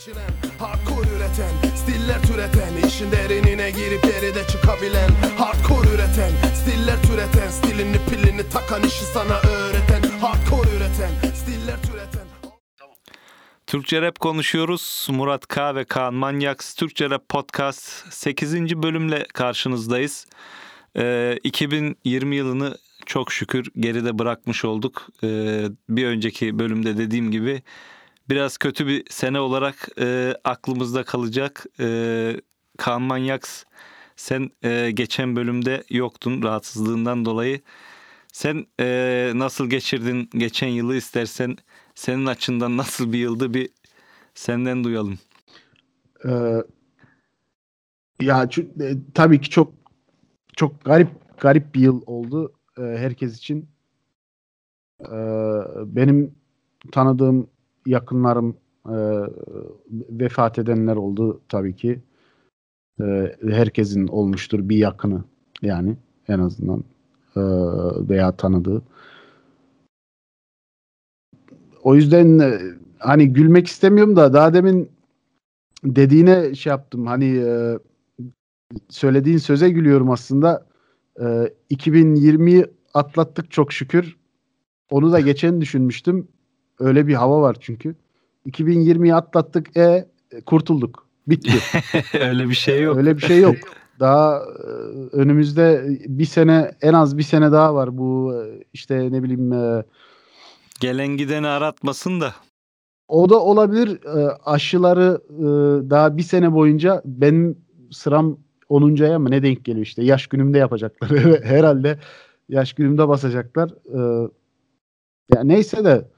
geçiren, hardcore üreten, stiller türeten, işin derinine girip geride çıkabilen, hardcore üreten, stiller türeten, stilini pilini takan, işi sana öğreten, hardcore üreten, stiller türeten. Türkçe Rap konuşuyoruz. Murat K ve Kaan Manyaks Türkçe Rap Podcast 8. bölümle karşınızdayız. 2020 yılını çok şükür geride bırakmış olduk. Bir önceki bölümde dediğim gibi biraz kötü bir sene olarak aklımızda kalacak. Kaan Manyaks, sen geçen bölümde yoktun rahatsızlığından dolayı. Sen nasıl geçirdin geçen yılı, istersen senin açından nasıl bir yıldı bir senden duyalım. Tabii ki çok garip bir yıl oldu herkes için. Benim tanıdığım yakınlarım vefat edenler oldu tabii ki. Herkesin olmuştur bir yakını, yani en azından veya tanıdığı. O yüzden hani gülmek istemiyorum da daha demin dediğine şey yaptım. Hani söylediğin söze gülüyorum aslında. 2020'yi atlattık çok şükür. Onu da geçen düşünmüştüm. Öyle bir hava var çünkü. 2020'yi atlattık, kurtulduk. Bitti. Öyle bir şey yok. Öyle bir şey yok. Daha önümüzde bir sene, en az bir sene daha var. Bu işte ne bileyim, Gelen gideni aratmasın da. o da olabilir. Aşıları daha bir sene boyunca, benim sıram 10. aya mı ne denk geliyor işte. Yaş günümde yapacaklar. Herhalde yaş günümde basacaklar. Ya neyse de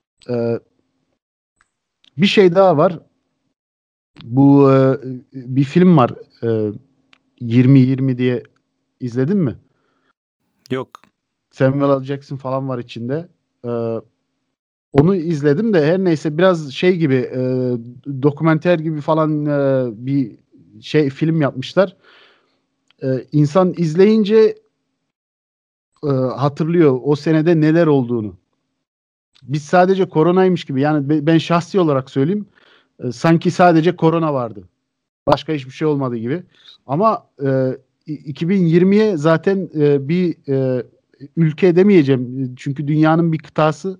bir şey daha var. Bu bir film var. 2020 diye, izledin mi? Yok. Samuel L. Jackson falan var içinde. Onu izledim de her neyse, biraz şey gibi, dokumenter gibi falan bir şey film yapmışlar. İnsan izleyince hatırlıyor o senede neler olduğunu. Biz sadece koronaymış gibi, yani ben şahsi olarak söyleyeyim, sanki sadece korona vardı. Başka hiçbir şey olmadı gibi. Ama 2020'ye zaten bir ülke demeyeceğim. Çünkü dünyanın bir kıtası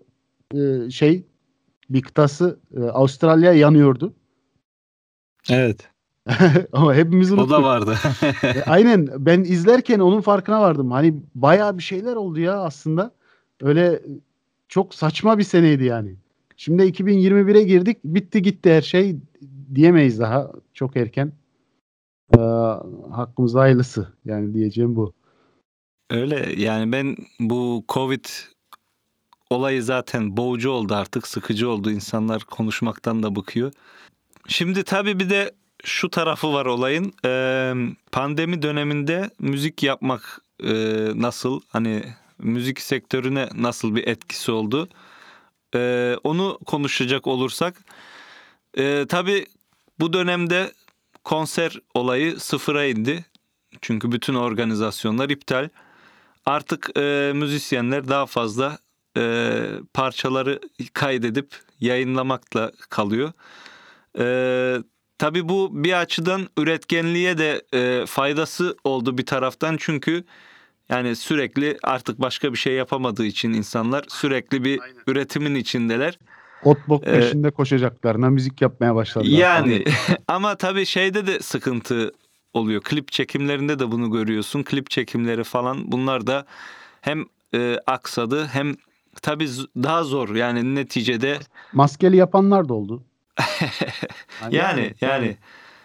Avustralya yanıyordu. Evet. Ama hepimiz O da unuttuk. vardı. Aynen, ben izlerken onun farkına vardım. Hani bayağı bir şeyler oldu ya aslında. Öyle çok saçma bir seneydi yani. Şimdi 2021'e girdik. Bitti gitti her şey diyemeyiz daha. Çok erken. Hakkımızda hayırlısı. Yani diyeceğim bu. Öyle yani, ben bu Covid olayı zaten boğucu oldu artık, sıkıcı oldu. İnsanlar konuşmaktan da bıkıyor. Şimdi tabii bir de şu tarafı var olayın. Pandemi döneminde müzik yapmak nasıl, hani müzik sektörüne nasıl bir etkisi oldu? Onu konuşacak olursak, tabii bu dönemde konser olayı sıfıra indi. Çünkü bütün organizasyonlar iptal. Artık müzisyenler daha fazla parçaları kaydedip yayınlamakla kalıyor. Tabii bu bir açıdan üretkenliğe de faydası oldu bir taraftan. Çünkü yani sürekli artık başka bir şey yapamadığı için insanlar sürekli bir üretimin içindeler. Otbok peşinde koşacaklarına müzik yapmaya başladılar. Yani ama tabii şeyde de sıkıntı oluyor. Klip çekimlerinde de bunu görüyorsun. Klip çekimleri falan, bunlar da hem aksadı hem tabii daha zor yani neticede. Maskeli yapanlar da oldu. Yani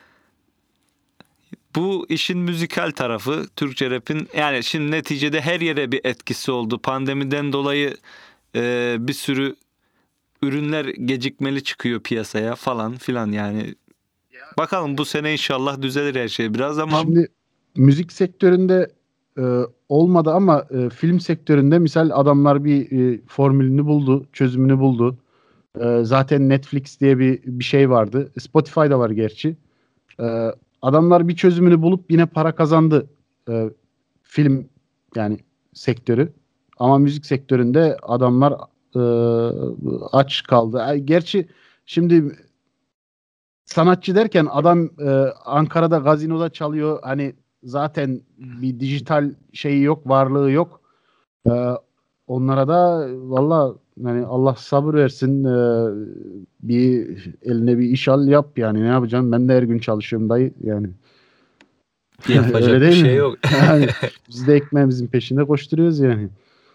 bu işin müzikal tarafı, Türkçe rap'in, yani şimdi neticede her yere bir etkisi oldu. Pandemiden dolayı bir sürü ürünler gecikmeli çıkıyor piyasaya falan filan yani. Bakalım bu sene inşallah düzelir her şey biraz ama. Şimdi müzik sektöründe olmadı ama film sektöründe misal adamlar bir formülünü buldu, çözümünü buldu. Zaten Netflix diye bir şey vardı. Spotify'da var gerçi. Adamlar bir çözümünü bulup yine para kazandı, film yani sektörü. Ama müzik sektöründe adamlar aç kaldı. Gerçi şimdi sanatçı derken adam Ankara'da gazinoda çalıyor. Hani zaten bir dijital şeyi yok, varlığı yok. E, Onlara da valla yani Allah sabır versin. Bir eline bir iş al yap yani ne yapacağım? Ben de her gün çalışıyorum dayı yani. Yapacak Öyle bir değil şey mi? yok. Yani biz de ekmeğimizin peşinde koşturuyoruz yani.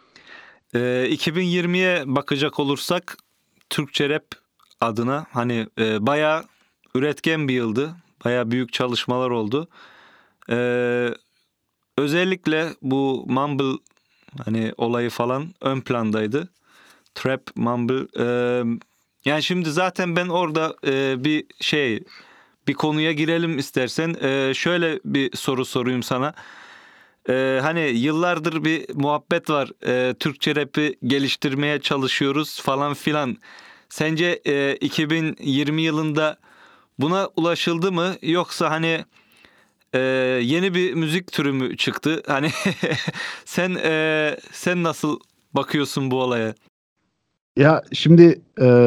2020'ye bakacak olursak Türkçe rap adına hani bayağı üretken bir yıldı. Bayağı büyük çalışmalar oldu. E, Özellikle bu mumble hani olayı falan ön plandaydı. Trap, mumble. Yani şimdi zaten ben orada bir konuya girelim istersen. Şöyle bir soru sorayım sana. Hani yıllardır bir muhabbet var. Türkçe rap'i geliştirmeye çalışıyoruz falan filan. Sence 2020 yılında buna ulaşıldı mı? Yoksa hani e, yeni bir müzik türü mü çıktı? Hani sen nasıl bakıyorsun bu olaya? Ya şimdi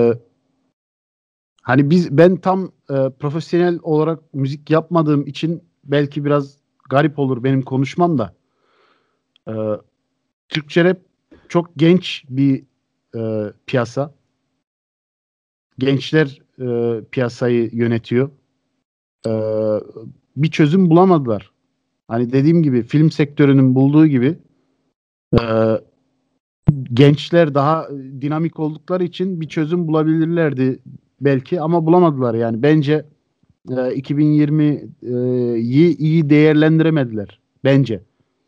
hani ben tam profesyonel olarak müzik yapmadığım için belki biraz garip olur benim konuşmam da. E, Türkçe rap çok genç bir piyasa. Gençler piyasayı yönetiyor. E, Bir çözüm bulamadılar. Hani dediğim gibi film sektörünün bulduğu gibi e, gençler daha dinamik oldukları için bir çözüm bulabilirlerdi belki ama bulamadılar yani. Bence 2020'yi iyi değerlendiremediler bence.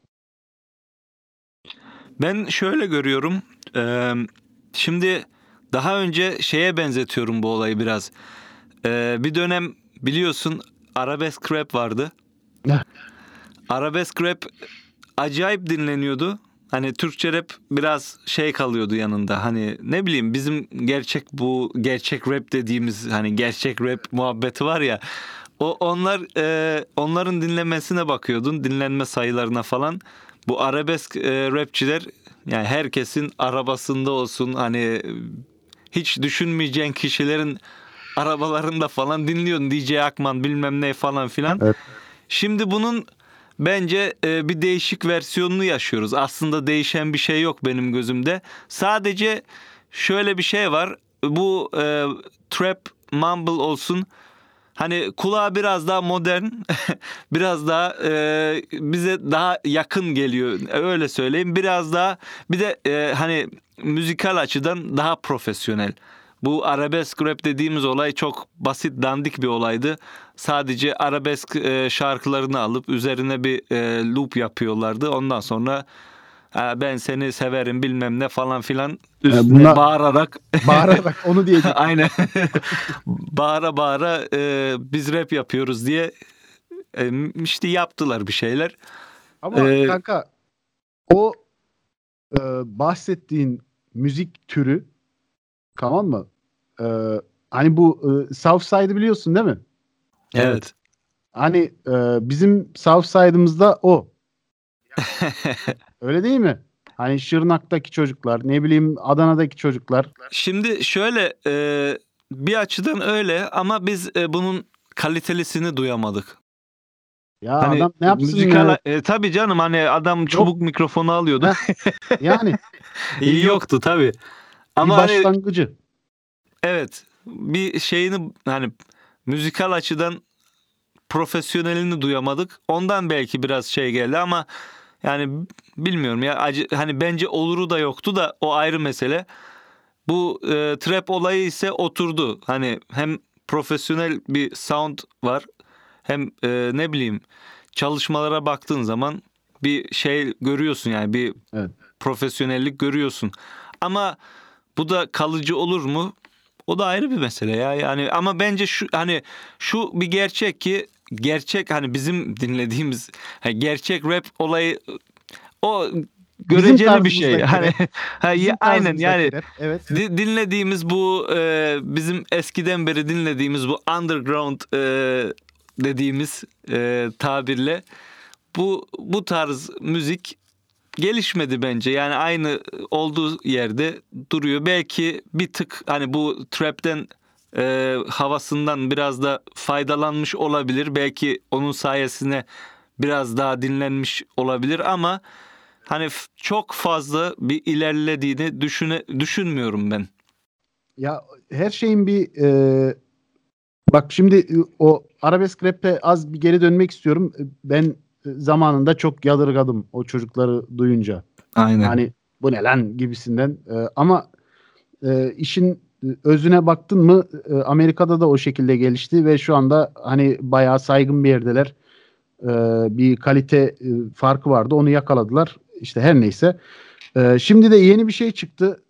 Ben şöyle görüyorum. Şimdi daha önce şeye benzetiyorum bu olayı biraz. Bir dönem biliyorsun arabesk rap vardı. Arabesk rap acayip dinleniyordu. Hani Türkçe rap biraz şey kalıyordu yanında. Hani ne bileyim bizim gerçek rap dediğimiz hani gerçek rap muhabbeti var ya. Onların dinlemesine bakıyordun, dinlenme sayılarına falan. Bu arabesk rapçiler yani herkesin arabasında olsun hani hiç düşünmeyeceğin kişilerin arabalarında falan dinliyordun. DJ Akman bilmem ne falan filan. Evet. Şimdi bunun bence bir değişik versiyonunu yaşıyoruz. Aslında değişen bir şey yok benim gözümde. Sadece şöyle bir şey var. Bu trap, mumble olsun. Hani kulağa biraz daha modern, biraz daha bize daha yakın geliyor. Öyle söyleyeyim. Biraz daha bir de hani müzikal açıdan daha profesyonel. Bu arabesk rap dediğimiz olay çok basit, dandik bir olaydı. Sadece arabesk şarkılarını alıp üzerine bir loop yapıyorlardı. Ondan sonra ben seni severim bilmem ne falan filan üstüne Buna bağırarak bağırarak onu diyecek. aynen bağıra bağıra biz rap yapıyoruz diye işte yaptılar bir şeyler. Ama E, kanka o bahsettiğin müzik türü tamam mı? E, Hani bu Southside'ı biliyorsun değil mi? evet. Hani bizim Southside'ımızda o. Öyle değil mi? Hani Şırnak'taki çocuklar, ne bileyim Adana'daki çocuklar. Şimdi şöyle bir açıdan öyle ama biz bunun kalitelisini duyamadık. Ya Hani adam ne yapsın müzikal tabii canım hani adam yok. çubuk mikrofonu alıyordu. Heh, yani İyi yok. yoktu tabii. Bir Ama hani başlangıcı. evet bir şeyini hani müzikal açıdan profesyonelini duyamadık. Ondan belki biraz şey geldi ama yani bilmiyorum ya hani bence oluru da yoktu da o ayrı mesele. Bu trap olayı ise oturdu. Hani hem profesyonel bir sound var hem ne bileyim çalışmalara baktığın zaman bir şey görüyorsun yani bir Evet. profesyonellik görüyorsun. Ama bu da kalıcı olur mu? O da ayrı bir mesele ya. Yani ama bence şu bir gerçek ki gerçek hani bizim dinlediğimiz hani gerçek rap olayı o Bizim göreceli bir şey. tarzımızdaki Hani rap. Bizim aynen yani tarzımızdaki rap. Evet. dinlediğimiz bu bizim eskiden beri dinlediğimiz bu underground dediğimiz tabirle bu tarz müzik gelişmedi bence. Yani aynı olduğu yerde duruyor. Belki bir tık hani bu trap'ten havasından biraz da faydalanmış olabilir. Belki onun sayesinde biraz daha dinlenmiş olabilir ama hani çok fazla bir ilerlediğini düşünmüyorum ben. Ya her şeyin bir bak şimdi o arabesk rap'e az bir geri dönmek istiyorum. Ben zamanında çok yadırgadım o çocukları duyunca. Aynen. Hani bu ne lan gibisinden. Ama işin özüne baktın mı Amerika'da da o şekilde gelişti ve şu anda hani bayağı saygın bir yerdeler. Bir kalite farkı vardı. Onu yakaladılar. İşte her neyse. Şimdi de yeni bir şey çıktı.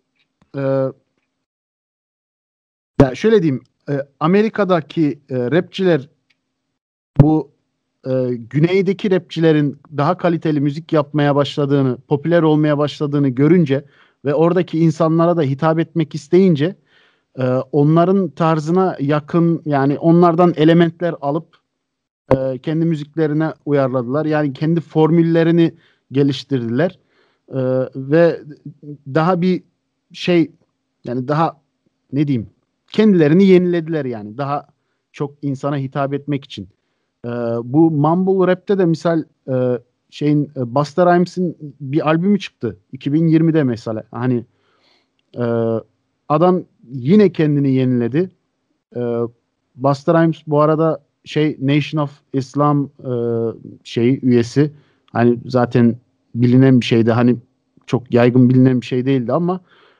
Ya şöyle diyeyim. Amerika'daki rapçiler bu güneydeki rapçilerin daha kaliteli müzik yapmaya başladığını, popüler olmaya başladığını görünce ve oradaki insanlara da hitap etmek isteyince onların tarzına yakın yani onlardan elementler alıp kendi müziklerine uyarladılar. Yani kendi formüllerini geliştirdiler. E, ve daha bir şey yani daha ne diyeyim kendilerini yenilediler yani daha çok insana hitap etmek için. Ee, bu Mumble Rap'te de misal Busta Rhymes'in bir albümü çıktı 2020'de mesela. Hani e, adam yine kendini yeniledi. Busta Rhymes bu arada Nation of Islam üyesi. Hani zaten bilinen bir şeydi. Hani çok yaygın bilinen bir şey değildi ama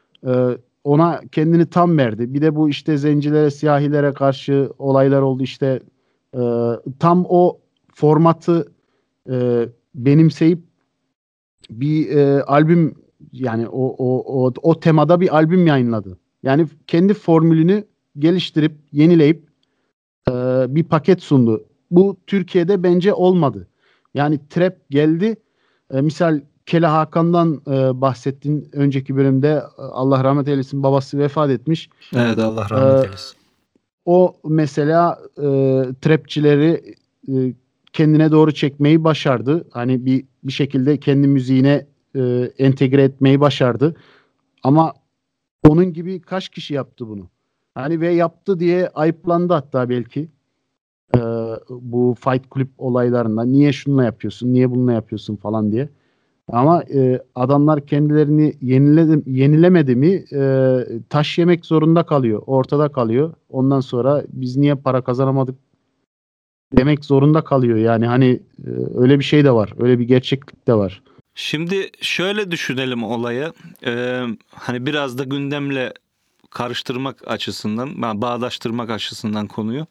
ona kendini tam verdi. Bir de bu işte zencilere, siyahilere karşı olaylar oldu işte. E, tam o formatı benimseyip bir albüm yani o temada bir albüm yayınladı. Yani kendi formülünü geliştirip yenileyip bir paket sundu. Bu Türkiye'de bence olmadı. Yani trap geldi. Misal Kele Hakan'dan bahsettin önceki bölümde. Allah rahmet eylesin babası vefat etmiş. Evet, Allah E, rahmet eylesin. o mesela trapçileri kendine doğru çekmeyi başardı. Hani bir şekilde kendi müziğine entegre etmeyi başardı. Ama onun gibi kaç kişi yaptı bunu? Hani ve yaptı diye ayıplandı hatta belki. Ee, bu Fight Club olaylarında niye şununla yapıyorsun, niye bununla yapıyorsun falan diye. Ama adamlar kendilerini yenilemedi mi taş yemek zorunda kalıyor, ortada kalıyor. Ondan sonra biz niye para kazanamadık demek zorunda kalıyor. Yani hani öyle bir şey de var, öyle bir gerçeklik de var. Şimdi şöyle düşünelim olayı. Hani biraz da gündemle karıştırmak açısından, bağdaştırmak açısından konuyu.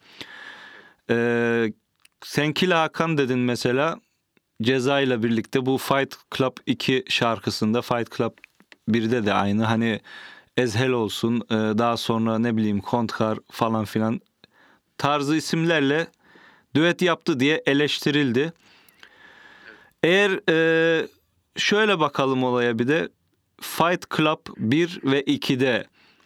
Sen Killa Hakan dedin mesela. Ceza ile birlikte bu Fight Club 2 şarkısında, Fight Club 1'de de aynı. Hani Ezhel olsun, daha sonra ne bileyim Kontkar falan filan tarzı isimlerle düet yaptı diye eleştirildi. Eğer şöyle bakalım olaya bir de Fight Club 1 ve 2'de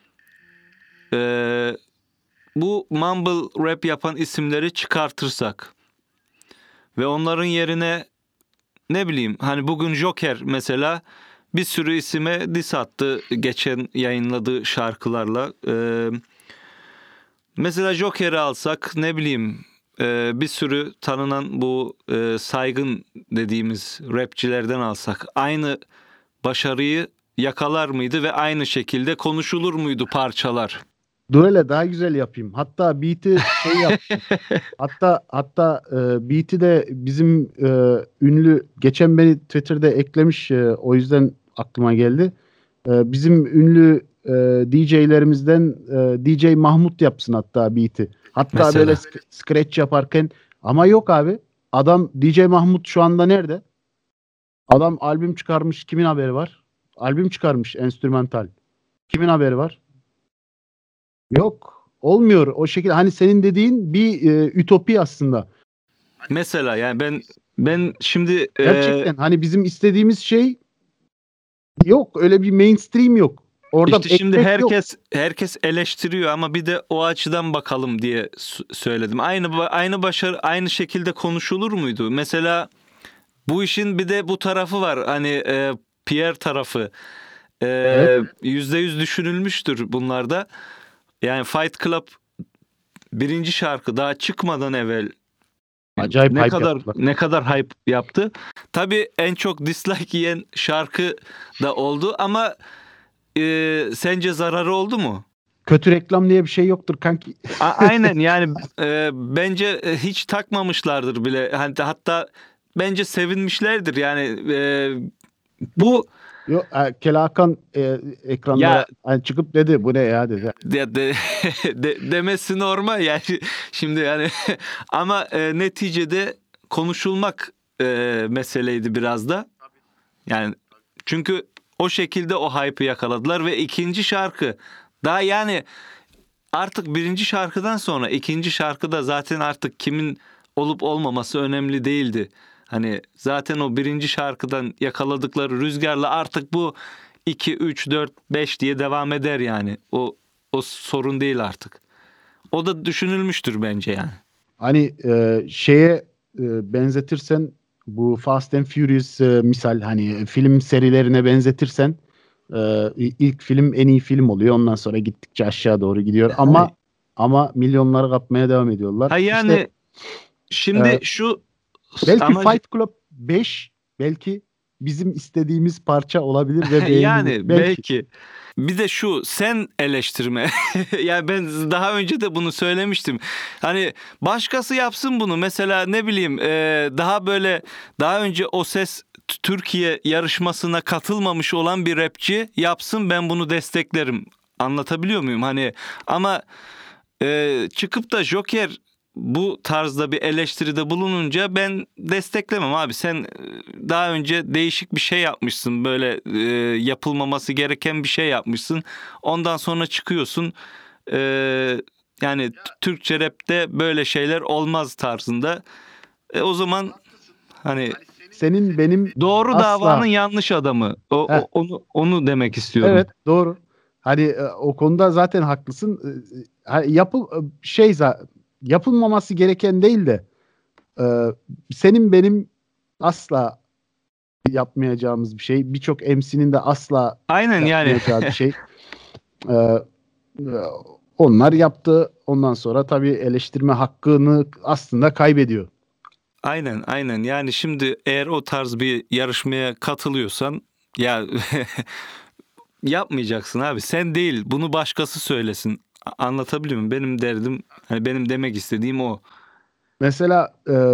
bu mumble rap yapan isimleri çıkartırsak ve onların yerine ne bileyim hani bugün Joker mesela bir sürü isime diss attı geçen yayınladığı şarkılarla. Mesela Joker'i alsak ne bileyim bir sürü tanınan bu saygın dediğimiz rapçilerden alsak aynı başarıyı yakalar mıydı ve aynı şekilde konuşulur muydu parçalar? Dur hele daha güzel yapayım. Hatta beat'i yaptım. Hatta beat'i de bizim ünlü geçen beni Twitter'da eklemiş o yüzden aklıma geldi. Bizim ünlü DJ'lerimizden DJ Mahmut yapsın hatta beat'i. Hatta Mesela. böyle scratch yaparken ama yok abi. Adam DJ Mahmut şu anda nerede? Adam albüm çıkarmış. Kimin haberi var? Albüm çıkarmış enstrümantal. Kimin haberi var? Yok. Olmuyor o şekilde. Hani senin dediğin bir ütopi aslında. Mesela yani ben şimdi Gerçekten hani bizim istediğimiz şey yok. Öyle bir mainstream yok. Orada işte şimdi ekmek yok. herkes eleştiriyor ama bir de o açıdan bakalım diye söyledim. Aynı başarı aynı şekilde konuşulur muydu? Mesela bu işin bir de bu tarafı var. Hani PR tarafı. Evet. %100 düşünülmüştür bunlarda. Yani Fight Club birinci şarkı daha çıkmadan evvel Acayip ne hype kadar yaptılar. ne kadar hype yaptı. Tabii en çok dislike yiyen şarkı da oldu ama sence zararı oldu mu? Kötü reklam diye bir şey yoktur kanki. Aynen yani bence hiç takmamışlardır bile. Hani hatta bence sevinmişlerdir yani bu Kela Hakan ekranlara ya hani çıkıp dedi bu ne ya dedi. demesi normal yani şimdi yani ama neticede konuşulmak meseleydi biraz da. Yani çünkü o şekilde o hype'ı yakaladılar ve ikinci şarkı daha yani artık birinci şarkıdan sonra ikinci şarkıda zaten artık kimin olup olmaması önemli değildi. Hani zaten o birinci şarkıdan yakaladıkları rüzgarla artık bu 2, 3, 4, 5 diye devam eder yani. O sorun değil artık. O da düşünülmüştür bence yani. Hani şeye benzetirsen bu Fast and Furious misal hani film serilerine benzetirsen ilk film en iyi film oluyor. Ondan sonra gittikçe aşağı doğru gidiyor. Ama milyonları kapmaya devam ediyorlar. Ha İşte yani şimdi şu belki ama Fight Club 5 belki bizim istediğimiz parça olabilir ve beğenilir. yani Belki. belki bir de şu sen eleştirme. Yani ben daha önce de bunu söylemiştim. Hani başkası yapsın bunu. Mesela ne bileyim daha önce O Ses Türkiye yarışmasına katılmamış olan bir rapçi yapsın, ben bunu desteklerim. Anlatabiliyor muyum? Hani ama çıkıp da Joker bu tarzda bir eleştiride bulununca ben desteklemem abi. Sen daha önce değişik bir şey yapmışsın. Böyle yapılmaması gereken bir şey yapmışsın. Ondan sonra çıkıyorsun. E, Yani Türkçe rapte böyle şeyler olmaz tarzında. O zaman hani Senin benim doğru davanın asla yanlış adamı. Heh, Onu demek istiyorum. evet doğru. Hani o konuda zaten haklısın. Hani yapılmaması gereken değil de e, senin benim asla yapmayacağımız bir şey. Birçok MC'nin de asla Aynen yani. yapmayacağı bir şey. E, e, Onlar yaptı. Ondan sonra tabii eleştirme hakkını aslında kaybediyor. Aynen yani şimdi eğer o tarz bir yarışmaya katılıyorsan ya yapmayacaksın abi, sen değil bunu başkası söylesin. Anlatabiliyor muyum? Benim derdim, hani benim demek istediğim o. Mesela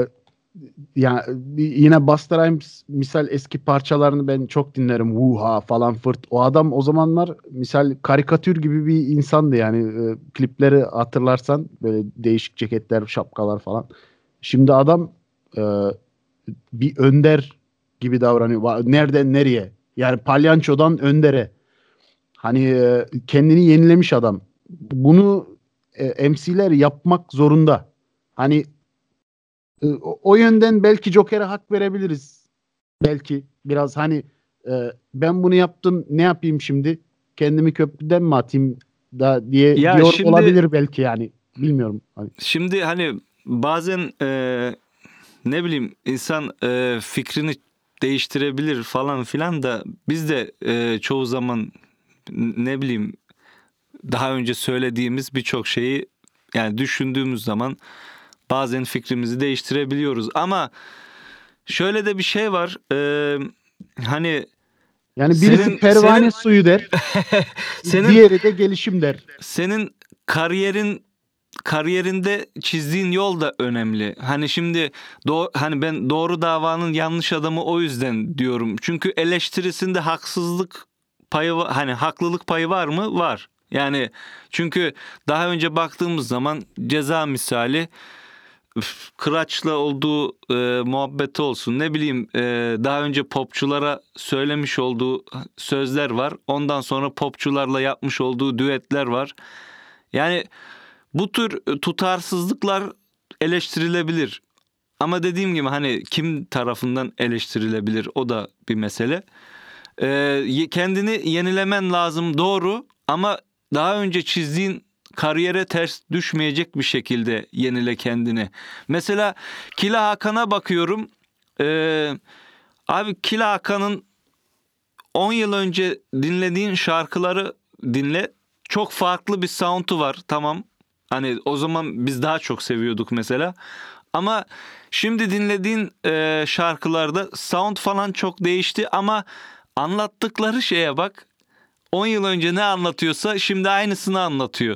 ya yine Busta Rhymes misal eski parçalarını ben çok dinlerim. Vuha falan fırt. O adam o zamanlar misal karikatür gibi bir insandı yani. Klipleri hatırlarsan böyle değişik ceketler, şapkalar falan. Şimdi adam e, bir önder gibi davranıyor. Nereden nereye? Yani palyançodan öndere. Hani kendini yenilemiş adam. Bunu MC'ler yapmak zorunda. Hani o yönden belki Joker'e hak verebiliriz. Belki biraz hani ben bunu yaptım ne yapayım şimdi? Kendimi köprüden mi atayım da diye Ya diyor şimdi olabilir belki yani. Bilmiyorum. Hani, hani bazen ne bileyim insan fikrini değiştirebilir falan filan da biz de çoğu zaman ne bileyim daha önce söylediğimiz birçok şeyi yani düşündüğümüz zaman bazen fikrimizi değiştirebiliyoruz. Ama şöyle de bir şey var. Hani yani birisi pervane suyu der. senin Diğeri de gelişim der. senin kariyerinde çizdiğin yol da önemli. Hani şimdi hani ben doğru davanın yanlış adamı o yüzden diyorum. Çünkü eleştirisinde haksızlık payı hani haklılık payı var mı? Var. Yani çünkü daha önce baktığımız zaman Ceza misali Kıraç'la olduğu muhabbeti olsun, ne bileyim daha önce popçulara söylemiş olduğu sözler var. Ondan sonra popçularla yapmış olduğu düetler var. Yani bu tür tutarsızlıklar eleştirilebilir. Ama dediğim gibi hani kim tarafından eleştirilebilir, o da bir mesele. Kendini yenilemen lazım, doğru, ama daha önce çizdiğin kariyere ters düşmeyecek bir şekilde yenile kendini. Mesela Killa Hakan'a bakıyorum. Abi Killa Hakan'ın 10 yıl önce dinlediğin şarkıları dinle. Çok farklı bir sound'u var, tamam. Hani o zaman biz daha çok seviyorduk mesela. Ama şimdi dinlediğin şarkılarda sound falan çok değişti ama anlattıkları şeye bak. 10 yıl önce ne anlatıyorsa şimdi aynısını anlatıyor.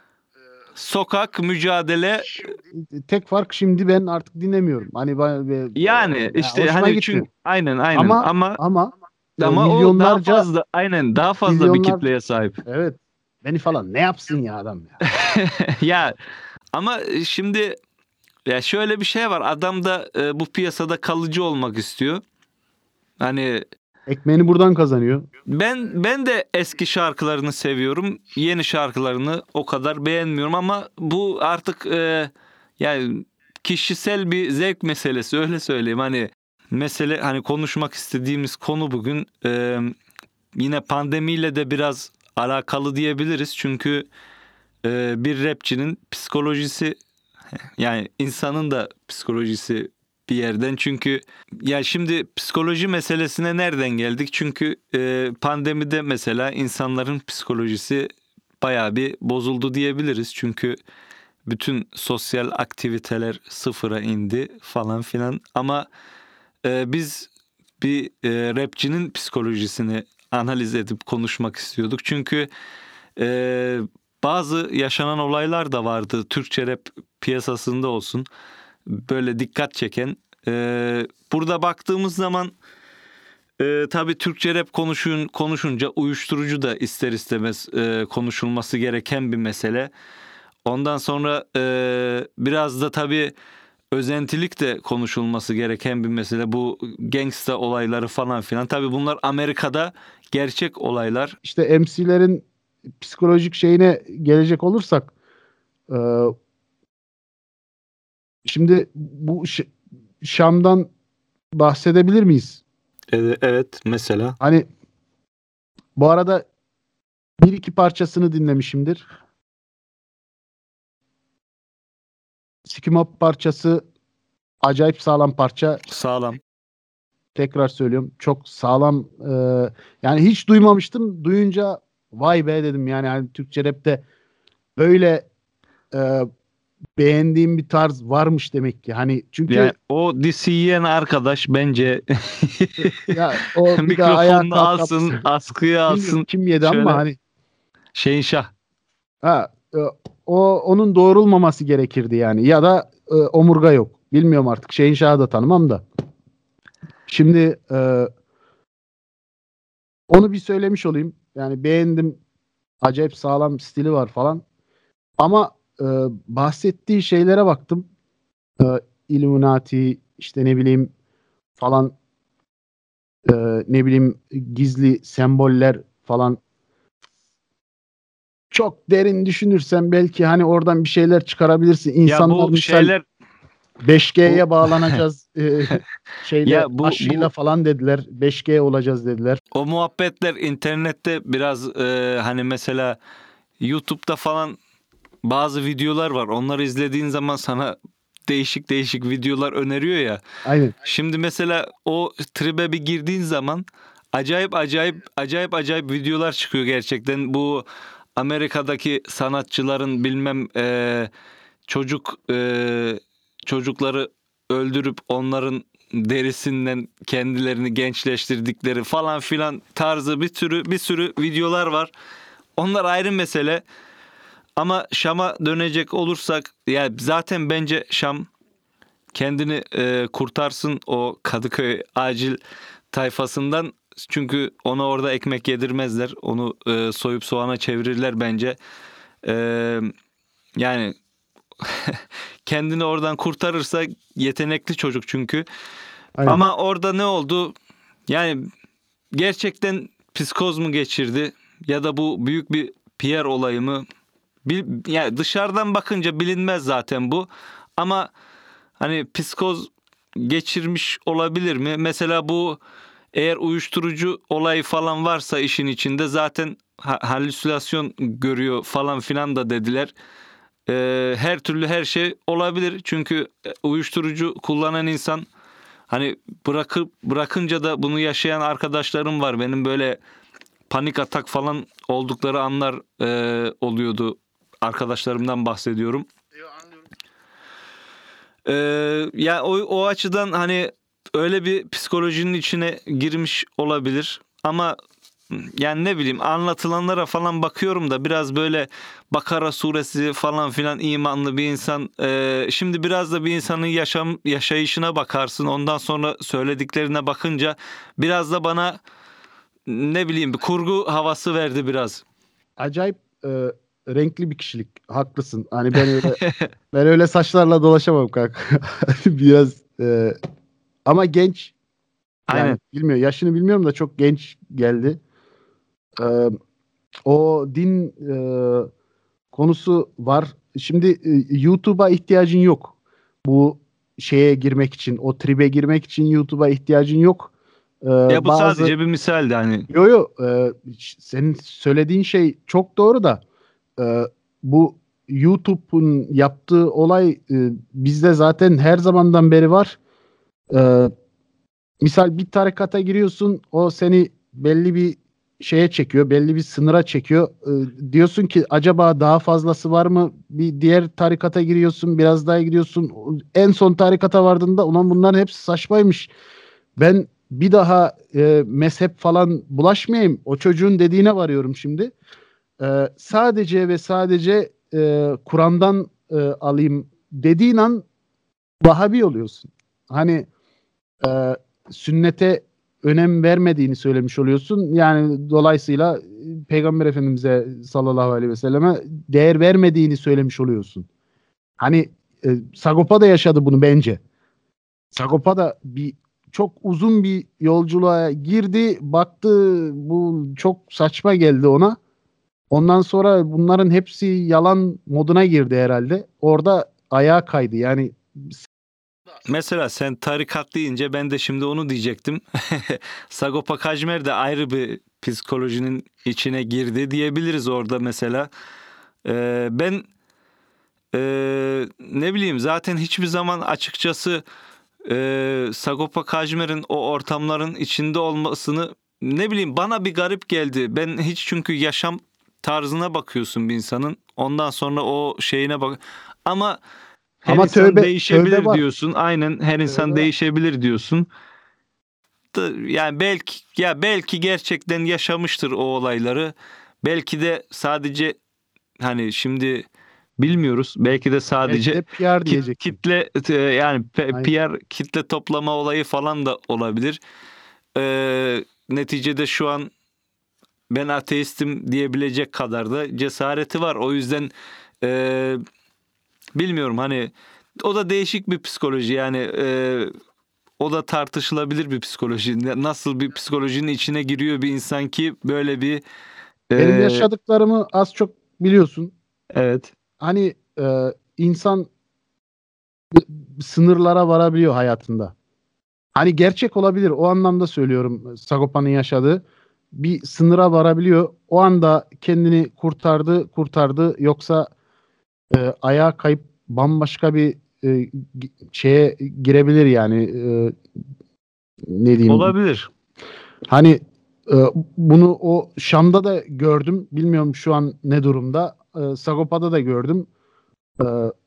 Sokak, mücadele, Tek fark, şimdi ben artık dinlemiyorum. Hani yani işte hoşuma hani çünkü gitmiyor. aynen Ama ama ama o daha milyonlarca fazla, aynen daha fazla bir milyonlar, kitleye sahip. evet, beni falan ne yapsın ya adam ya. Ya ama şimdi ya şöyle bir şey var. Adam da bu piyasada kalıcı olmak istiyor. Hani Ekmeğini buradan kazanıyor. ben de eski şarkılarını seviyorum. Yeni şarkılarını o kadar beğenmiyorum ama bu artık yani kişisel bir zevk meselesi, öyle söyleyeyim. Hani mesele, hani konuşmak istediğimiz konu bugün yine pandemiyle de biraz alakalı diyebiliriz. Çünkü bir rapçinin psikolojisi, yani insanın da psikolojisi bir yerden. Çünkü ya şimdi psikoloji meselesine nereden geldik? Çünkü pandemide mesela insanların psikolojisi bayağı bir bozuldu diyebiliriz. Çünkü bütün sosyal aktiviteler sıfıra indi falan filan. Ama biz bir rapçinin psikolojisini analiz edip konuşmak istiyorduk. Çünkü e, bazı yaşanan olaylar da vardı. Türkçe rap piyasasında olsun, böyle dikkat çeken. Burada baktığımız zaman tabii Türkçe rap konuşunca uyuşturucu da ister istemez konuşulması gereken bir mesele. Ondan sonra biraz da tabii özentilik de konuşulması gereken bir mesele. Bu gangsta olayları falan filan. Tabii bunlar Amerika'da gerçek olaylar. İşte MC'lerin psikolojik şeyine gelecek olursak, e, şimdi bu Şam'dan bahsedebilir miyiz? Evet, mesela. Hani bu arada bir iki parçasını dinlemişimdir. Sikimop parçası acayip sağlam parça. Sağlam. Tekrar söylüyorum, çok sağlam. Yani hiç duymamıştım. Duyunca vay be dedim. Yani hani Türkçe rapte böyle e, beğendiğim bir tarz varmış demek ki. Hani Yani çünkü o disi yiyen arkadaş bence ya o bir daha ayağa mikrofonunu kalkıp alsın, askıya bilmiyorum alsın. kim yedi ama Şöyle hani Şehinşah. ha, onun doğrulmaması gerekirdi yani, ya da omurga yok. Bilmiyorum artık. Şehinşah'ı da tanımam da. Şimdi onu bir söylemiş olayım. Yani beğendim. Acayip sağlam stili var falan. Ama bahsettiği şeylere baktım. E, Illuminati, işte ne bileyim falan, e, ne bileyim gizli semboller falan. Çok derin düşünürsen belki hani oradan bir şeyler çıkarabilirsin. Ya İnsanlar bu misal şeyler, bu 5G'ye bağlanacağız, şeyle ya bu aşıyla falan dediler. 5G olacağız dediler. o muhabbetler internette biraz hani mesela YouTube'da falan bazı videolar var. Onları izlediğin zaman sana değişik değişik videolar öneriyor ya. Aynen. Şimdi mesela o tribe bir girdiğin zaman acayip videolar çıkıyor gerçekten. Bu Amerika'daki sanatçıların bilmem çocukları öldürüp onların derisinden kendilerini gençleştirdikleri falan filan tarzı bir sürü videolar var. Onlar ayrı mesele. Ama Şam'a dönecek olursak, ya zaten bence Şam kendini kurtarsın o Kadıköy acil tayfasından. Çünkü ona orada ekmek yedirmezler. Onu soyup soğana çevirirler bence. E, Yani kendini oradan kurtarırsa, yetenekli çocuk çünkü. Aynen. Ama orada ne oldu? Yani gerçekten psikoz mu geçirdi? Ya da bu büyük bir PR olayı mı? Yani dışarıdan bakınca bilinmez zaten bu. Ama hani psikoz geçirmiş olabilir mi? Mesela bu, eğer uyuşturucu olayı falan varsa işin içinde, zaten halüsinasyon görüyor falan filan da dediler. Her türlü her şey olabilir. Çünkü uyuşturucu kullanan insan, hani bırakınca da bunu yaşayan arkadaşlarım var. Benim böyle panik atak falan oldukları anlar oluyordu. arkadaşlarımdan bahsediyorum. Ya o açıdan hani öyle bir psikolojinin içine girmiş olabilir ama yani ne bileyim anlatılanlara falan bakıyorum da biraz böyle Bakara suresi falan filan imanlı bir insan. Şimdi biraz da bir insanın yaşayışına bakarsın, ondan sonra söylediklerine bakınca biraz da bana ne bileyim bir kurgu havası verdi biraz. Acayip renkli bir kişilik. Haklısın. Hani ben öyle saçlarla dolaşamam kanka. Biraz ama genç, yani Aynen. bilmiyorum, yaşını bilmiyorum da çok genç geldi. E, O din konusu var. Şimdi YouTube'a ihtiyacın yok. Bu şeye girmek için, o tribe girmek için YouTube'a ihtiyacın yok. E, Ya bu bazı sadece bir misaldi hani. yo yo senin söylediğin şey çok doğru da bu YouTube'un yaptığı olay bizde zaten her zamandan beri var. E, Misal bir tarikata giriyorsun, o seni belli bir şeye çekiyor, belli bir sınıra çekiyor. Diyorsun ki acaba daha fazlası var mı? Bir diğer tarikata giriyorsun, biraz daha gidiyorsun. En son tarikata vardığında ulan bunların hepsi saçmaymış. Ben bir daha mezhep falan bulaşmayayım. O çocuğun dediğine varıyorum şimdi. Sadece ve sadece Kur'an'dan alayım dediğin an Vahabi oluyorsun. Hani e, sünnete önem vermediğini söylemiş oluyorsun. Yani dolayısıyla Peygamber Efendimiz'e sallallahu aleyhi ve selleme değer vermediğini söylemiş oluyorsun. Hani Sagopa da yaşadı bunu bence. Sagopa da çok uzun bir yolculuğa girdi, baktı bu çok saçma geldi ona. Ondan sonra bunların hepsi yalan moduna girdi herhalde. Orada ayağa kaydı. Yani Mesela sen tarikat deyince ben de şimdi onu diyecektim. Sagopa Kajmer de ayrı bir psikolojinin içine girdi diyebiliriz orada mesela. Ben ne bileyim zaten hiçbir zaman açıkçası Sagopa Kajmer'in o ortamların içinde olmasını ne bileyim bana bir garip geldi. Ben hiç çünkü yaşam tarzına bakıyorsun bir insanın. Ondan sonra o şeyine bak. Ama her ama insan tövbe değişebilir var. diyorsun. Aynen her Tövbe insan var. değişebilir diyorsun. Yani belki gerçekten yaşamıştır o olayları. Belki de sadece hani şimdi bilmiyoruz. Belki de Belki sadece de PR diyeceksin. kitle yani Aynen. PR kitle toplama olayı falan da olabilir. Neticede şu an ben ateistim diyebilecek kadar da cesareti var. O yüzden e, bilmiyorum hani o da değişik bir psikoloji yani o da tartışılabilir bir psikoloji. Nasıl bir psikolojinin içine giriyor bir insan ki böyle bir Benim e, yaşadıklarımı az çok biliyorsun. evet. Hani insan sınırlara varabiliyor hayatında. Hani gerçek olabilir. O anlamda söylüyorum, Sagopa'nın yaşadığı. Bir sınıra varabiliyor. O anda kendini kurtardı. Yoksa ayağa kayıp bambaşka bir şeye girebilir yani. Ne diyeyim? Olabilir. Hani bunu o Şam'da da gördüm. Bilmiyorum şu an ne durumda. Sagopa'da da gördüm. E,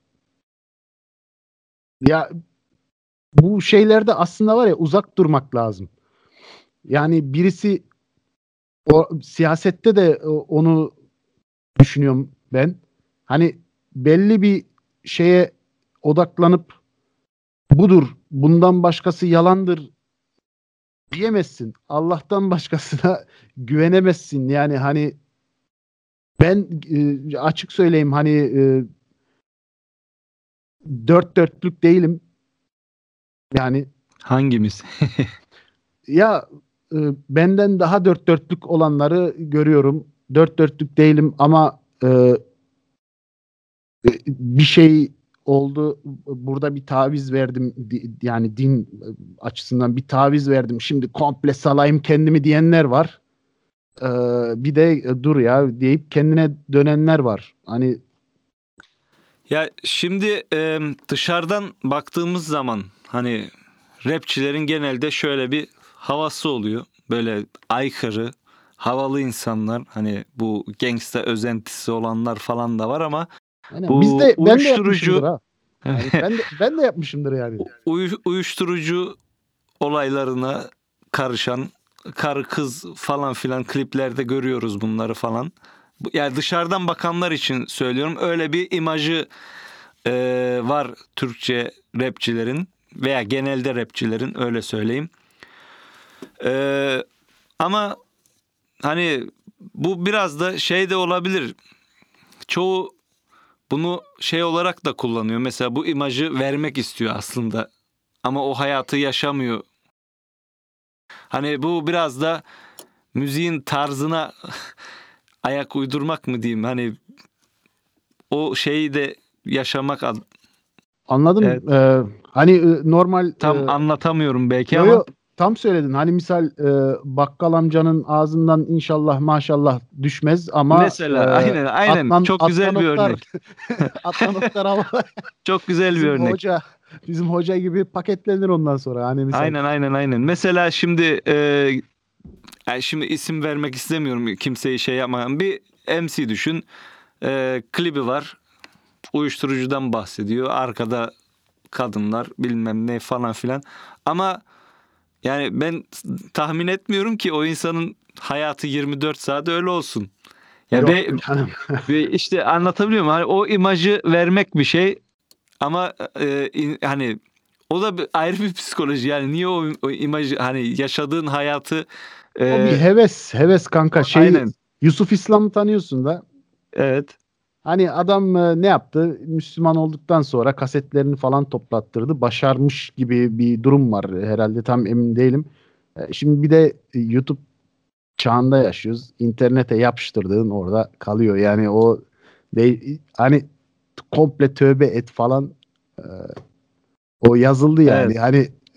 Ya bu şeylerde aslında var ya, uzak durmak lazım. Yani birisi, o siyasette de onu düşünüyorum ben. Hani belli bir şeye odaklanıp budur, bundan başkası yalandır diyemezsin. Allah'tan başkasına güvenemezsin. Yani hani ben açık söyleyeyim, hani dört dörtlük değilim. Yani Hangimiz? ya benden daha dört dörtlük olanları görüyorum. Dört dörtlük değilim ama bir şey oldu. Burada bir taviz verdim. Yani din açısından bir taviz verdim. Şimdi komple salayım kendimi diyenler var. Ee, Bir de dur ya deyip kendine dönenler var. Hani Ya şimdi dışarıdan baktığımız zaman hani rapçilerin genelde şöyle bir havası oluyor. Böyle aykırı, havalı insanlar, hani bu gangsta özentisi olanlar falan da var ama Aynen. bu Ben de uyuşturucu yapmışımdır ha. Yani ben de yapmışımdır yani. uyuşturucu olaylarına karışan karı kız falan filan kliplerde görüyoruz bunları falan. Yani dışarıdan bakanlar için söylüyorum. Öyle bir imajı var Türkçe rapçilerin veya genelde rapçilerin, öyle söyleyeyim. Ama hani bu biraz da şey de olabilir. Çoğu bunu şey olarak da kullanıyor. Mesela bu imajı vermek istiyor aslında. Ama o hayatı yaşamıyor. Hani bu biraz da müziğin tarzına ayak uydurmak mı diyeyim? Hani o şeyi de yaşamak. Anladım. Evet, Hani normal tam anlatamıyorum belki yo ama yo tam söyledin. Hani misal bakkal amcanın ağzından inşallah maşallah düşmez ama mesela aynen çok Adnan güzel bir Oktar örnek. Adnan Oktar ama Çok güzel bir bizim örnek. hoca bizim hoca gibi paketlenir ondan sonra. Hani misal. Aynen. Mesela şimdi yani şimdi isim vermek istemiyorum, kimseyi şey yapmayan bir MC düşün. Klibi var. Uyuşturucudan bahsediyor. Arkada kadınlar bilmem ne falan filan. Ama yani ben tahmin etmiyorum ki o insanın hayatı 24 saat öyle olsun. Ya Yok canım. ve işte anlatabiliyor muyum? Hani o imajı vermek bir şey ama hani o da ayrı bir psikoloji. Yani niye o imajı, hani yaşadığın hayatı O bir e, heves kanka. aynen, Yusuf İslam'ı tanıyorsun da. evet. Hani adam ne yaptı? Müslüman olduktan sonra kasetlerini falan toplattırdı. Başarmış gibi bir durum var herhalde, tam emin değilim. Şimdi bir de YouTube çağında yaşıyoruz. İnternete yapıştırdığın orada kalıyor. Yani hani komple tövbe et falan, e, o yazıldı Evet. yani. Hani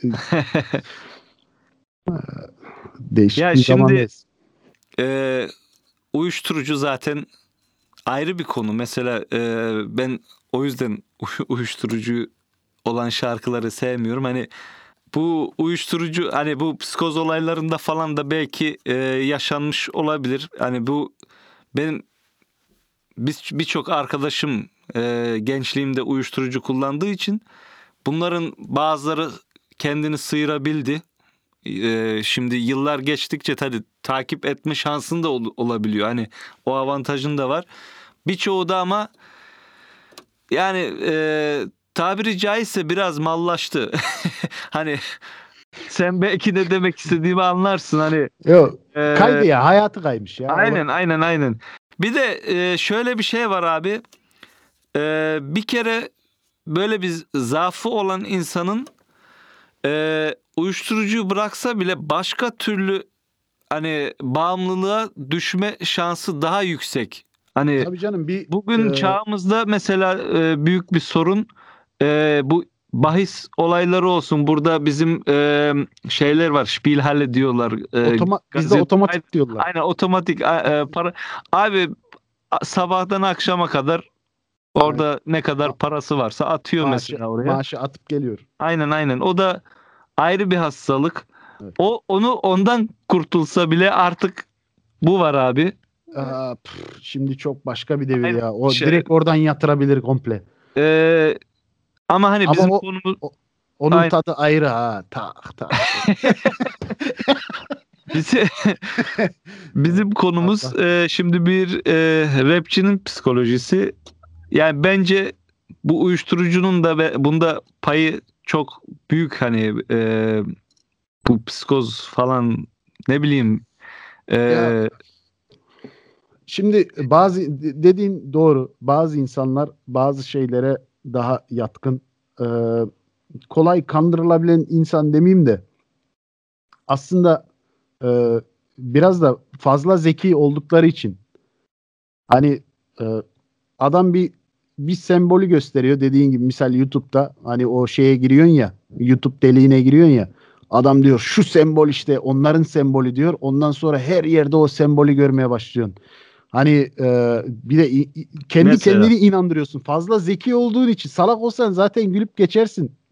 değişik Ya bir şimdi zamandayız. e, uyuşturucu zaten ayrı bir konu. Mesela ben o yüzden uyuşturucu olan şarkıları sevmiyorum. Hani bu uyuşturucu, hani bu psikoz olaylarında falan da belki yaşanmış olabilir. Hani bu benim birçok arkadaşım gençliğimde uyuşturucu kullandığı için bunların bazıları kendini sıyırabildi. Şimdi yıllar geçtikçe tabii takip etme şansın da olabiliyor. Hani o avantajın da var. Birçoğu da ama yani tabiri caizse biraz mallaştı. Hani sen belki ne demek istediğimi anlarsın. Hani Yok, kaydı e, ya, hayatı kaymış ya. aynen. Bir de şöyle bir şey var abi. Bir kere böyle bir zaafı olan insanın uyuşturucuyu bıraksa bile başka türlü hani bağımlılığa düşme şansı daha yüksek. Hani Tabii canım, bugün çağımızda mesela büyük bir sorun bu bahis olayları olsun. Burada bizim şeyler var. Spielhalle diyorlar. bizde Aynen, otomatik diyorlar. aynen otomatik para. Abi sabahtan akşama kadar Aynen. orada ne kadar Ma- parası varsa atıyor maaşı mesela oraya. maaşı atıp geliyor. Aynen. O da ayrı bir hastalık. Evet. Ondan kurtulsa bile artık bu var abi. Şimdi çok başka bir devir Aynen ya. O şey. direkt oradan yatırabilir komple. Ee, ama hani Ama bizim konumuz o- onun aynen. tadı ayrı ha. Tak tak. Bizi, bizim konumuz Allah. şimdi bir rapçinin psikolojisi. Yani bence bu uyuşturucunun da ve bunda payı çok büyük, hani bu psikoz falan, ne bileyim. Ya E, şimdi dediğin doğru. Bazı insanlar bazı şeylere daha yatkın. Ee, Kolay kandırılabilen insan demeyeyim de aslında e, biraz da fazla zeki oldukları için, hani e, adam bir sembolü gösteriyor, dediğin gibi misal YouTube'da, hani o şeye giriyorsun ya, YouTube deliğine giriyorsun ya, adam diyor şu sembol işte onların sembolü diyor, ondan sonra her yerde o sembolü görmeye başlıyorsun. Hani bir de kendi mesela kendini inandırıyorsun, fazla zeki olduğun için. Salak olsan zaten gülüp geçersin.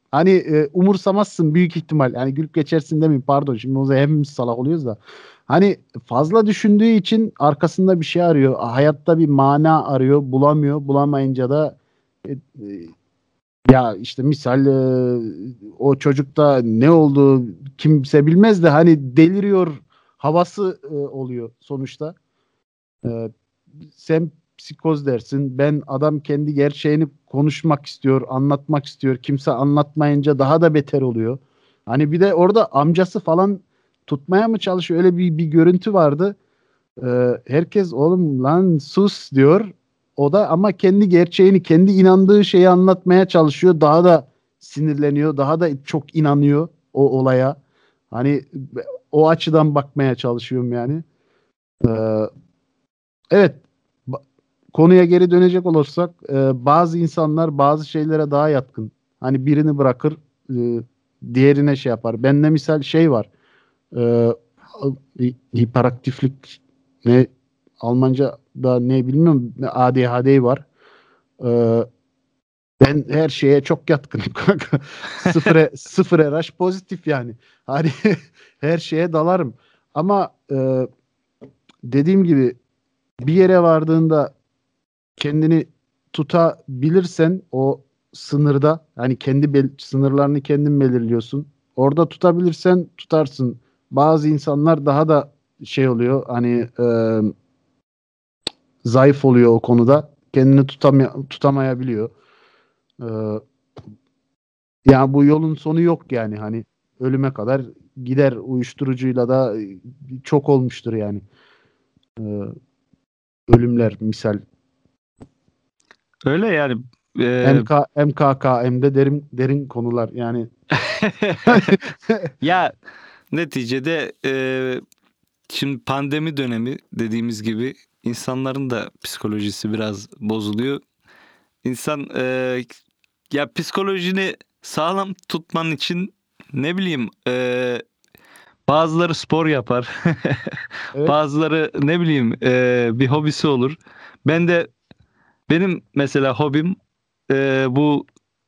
Hani umursamazsın büyük ihtimal. Yani gülüp geçersin demeyeyim, pardon. Şimdi o zaman hepimiz salak oluyoruz da. Hani fazla düşündüğü için arkasında bir şey arıyor. Hayatta bir mana arıyor. Bulamıyor. Bulamayınca da e, ya işte misal o çocukta ne oldu kimse bilmez de hani deliriyor havası oluyor sonuçta. E, Sen psikoz dersin. Ben adam kendi gerçeğini konuşmak istiyor, anlatmak istiyor. Kimse anlatmayınca daha da beter oluyor. Hani bir de orada amcası falan tutmaya mı çalışıyor? Öyle bir görüntü vardı. Herkes oğlum lan sus diyor. O da ama kendi gerçeğini, kendi inandığı şeyi anlatmaya çalışıyor. Daha da sinirleniyor, daha da çok inanıyor o olaya. Hani o açıdan bakmaya çalışıyorum yani. Ee, evet, ba- konuya geri dönecek olursak bazı insanlar bazı şeylere daha yatkın. Hani birini bırakır, diğerine şey yapar. Bende misal şey var. E, Hiperaktiflik ne, Almanca da ne bilmiyorum, ADHD var. Ee, Ben her şeye çok yatkınım kanka. Sıfır RH pozitif yani. Hani her şeye dalarım. Ama dediğim gibi bir yere vardığında kendini tutabilirsen o sınırda, hani kendi sınırlarını kendin belirliyorsun. Orada tutabilirsen tutarsın. Bazı insanlar daha da şey oluyor, hani zayıf oluyor o konuda. Kendini tutamayabiliyor. E, Yani bu yolun sonu yok yani, hani ölüme kadar gider, uyuşturucuyla da çok olmuştur yani. E, Ölümler misal. Öyle yani. e, MKKM'de derin derin konular yani. Ya neticede şimdi pandemi dönemi dediğimiz gibi insanların da psikolojisi biraz bozuluyor. İnsan ya psikolojini sağlam tutman için ne bileyim bazıları spor yapar. Evet. Bazıları ne bileyim bir hobisi olur. Benim mesela hobim bu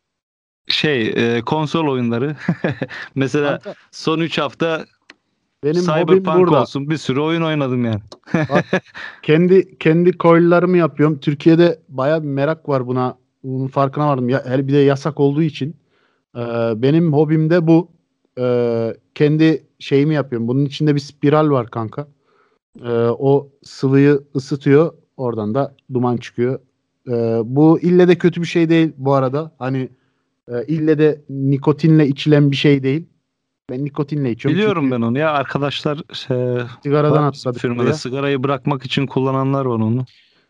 konsol oyunları. Mesela Kanka, son 3 hafta benim hobim Cyberpunk burada. olsun bir sürü oyun oynadım yani. Bak, kendi coil'larımı yapıyorum. Türkiye'de baya bir merak var buna. Bunun farkına vardım. Ya, her bir de yasak olduğu için. Benim hobim de bu. Kendi şeyimi yapıyorum. Bunun içinde bir spiral var kanka. O sıvıyı ısıtıyor. Oradan da duman çıkıyor. Bu ille de kötü bir şey değil bu arada. Hani ille de nikotinle içilen bir şey değil. Ben nikotinle içiyorum Biliyorum çünkü ben onu ya. Arkadaşlar sigaradan var bizim atladık firmada, buraya. sigarayı bırakmak için kullananlar var onu.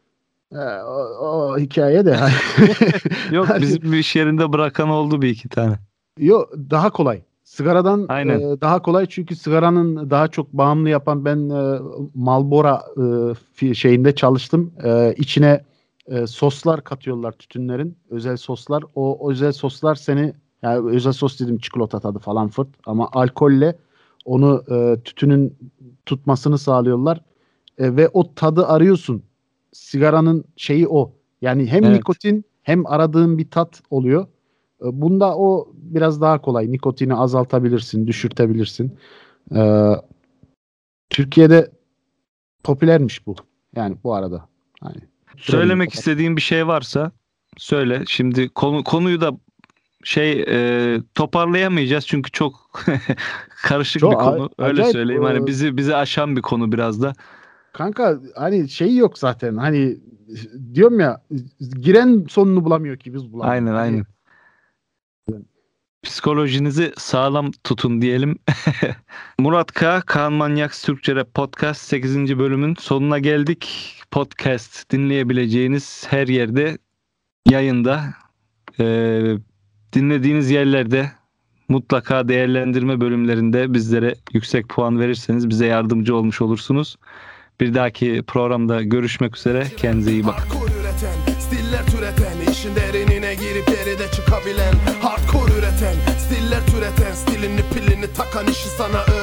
O hikaye de Yok, hani, bizim bir iş yerinde bırakan oldu bir iki tane. yo, daha kolay. Sigaradan Aynen. daha kolay çünkü sigaranın daha çok bağımlı yapan, ben Marlboro şeyinde çalıştım. İçine soslar katıyorlar tütünlerin, özel soslar. O özel soslar seni, yani özel sos dedim, çikolata tadı falan fırt, ama alkolle onu tütünün tutmasını sağlıyorlar. Ve o tadı arıyorsun. Sigaranın şeyi o. Yani hem Evet. nikotin hem aradığın bir tat oluyor. Bunda o biraz daha kolay. Nikotini azaltabilirsin, düşürtebilirsin. Ee, Türkiye'de popülermiş bu. Yani bu arada. Hani tutturabilir Söylemek kapat. istediğin bir şey varsa söyle. Şimdi konuyu da toparlayamayacağız çünkü çok karışık bir Çok konu. Öyle acayip. söyleyeyim. Hani bizi aşan bir konu biraz da. Kanka hani şey yok zaten. Hani diyorum ya, giren sonunu bulamıyor ki biz bulalım. Aynen, Hani aynen. Psikolojinizi sağlam tutun diyelim. Murat K. Kaan Manyaks Türkçe Rap Podcast 8. bölümün sonuna geldik. Podcast dinleyebileceğiniz her yerde yayında. Ee, Dinlediğiniz yerlerde mutlaka değerlendirme bölümlerinde bizlere yüksek puan verirseniz bize yardımcı olmuş olursunuz. Bir dahaki programda görüşmek üzere. Kendinize iyi bakın. Hardcore üreten, stiller türeten, işin derinine girip deride çıkabilen. Hardcore üreten, stiller türeten, stilini pilini takan, işi sana öğreten.